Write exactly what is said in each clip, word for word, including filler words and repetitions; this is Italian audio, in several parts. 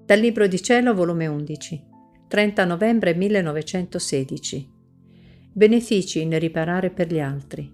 Dal Libro di Cielo, volume undici, trenta novembre millenovecentosedici. Benefici nel riparare per gli altri.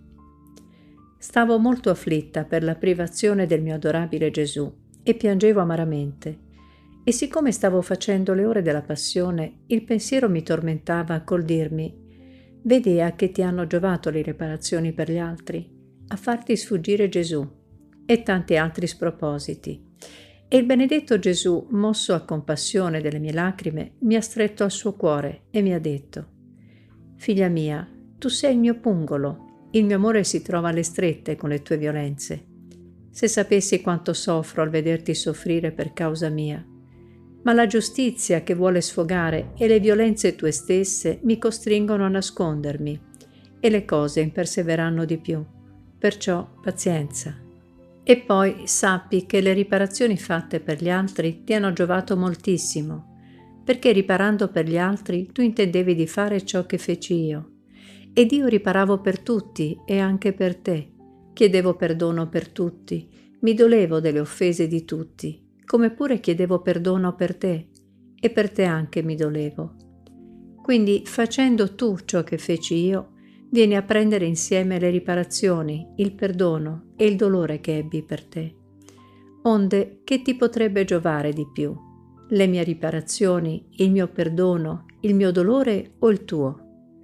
Stavo molto afflitta per la privazione del mio adorabile Gesù e piangevo amaramente. E siccome stavo facendo le ore della passione, il pensiero mi tormentava col dirmi: vedi a che ti hanno giovato le riparazioni per gli altri, a farti sfuggire Gesù, e tanti altri spropositi. E il benedetto Gesù, mosso a compassione delle mie lacrime, mi ha stretto al suo cuore e mi ha detto: figlia mia, tu sei il mio pungolo, il mio amore si trova alle strette con le tue violenze. Se sapessi quanto soffro al vederti soffrire per causa mia. Ma la giustizia che vuole sfogare e le violenze tue stesse mi costringono a nascondermi, e le cose imperseveranno di più. Perciò pazienza. E poi sappi che le riparazioni fatte per gli altri ti hanno giovato moltissimo, perché riparando per gli altri tu intendevi di fare ciò che feci io. Ed io riparavo per tutti e anche per te, chiedevo perdono per tutti, mi dolevo delle offese di tutti, come pure chiedevo perdono per te, e per te anche mi dolevo. Quindi, facendo tu ciò che feci io, vieni a prendere insieme le riparazioni, il perdono e il dolore che ebbi per te. Onde, che ti potrebbe giovare di più? Le mie riparazioni, il mio perdono, il mio dolore o il tuo?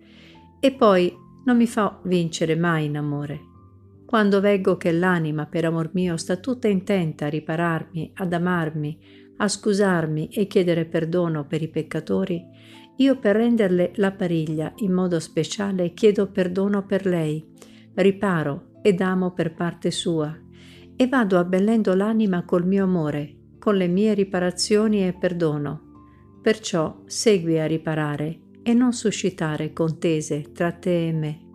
E poi non mi fa vincere mai in amore. Quando veggo che l'anima, per amor mio, sta tutta intenta a ripararmi, ad amarmi, a scusarmi e chiedere perdono per i peccatori, io per renderle la pariglia in modo speciale chiedo perdono per lei, riparo ed amo per parte sua, e vado abbellendo l'anima col mio amore, con le mie riparazioni e perdono. Perciò segui a riparare e non suscitare contese tra te e me.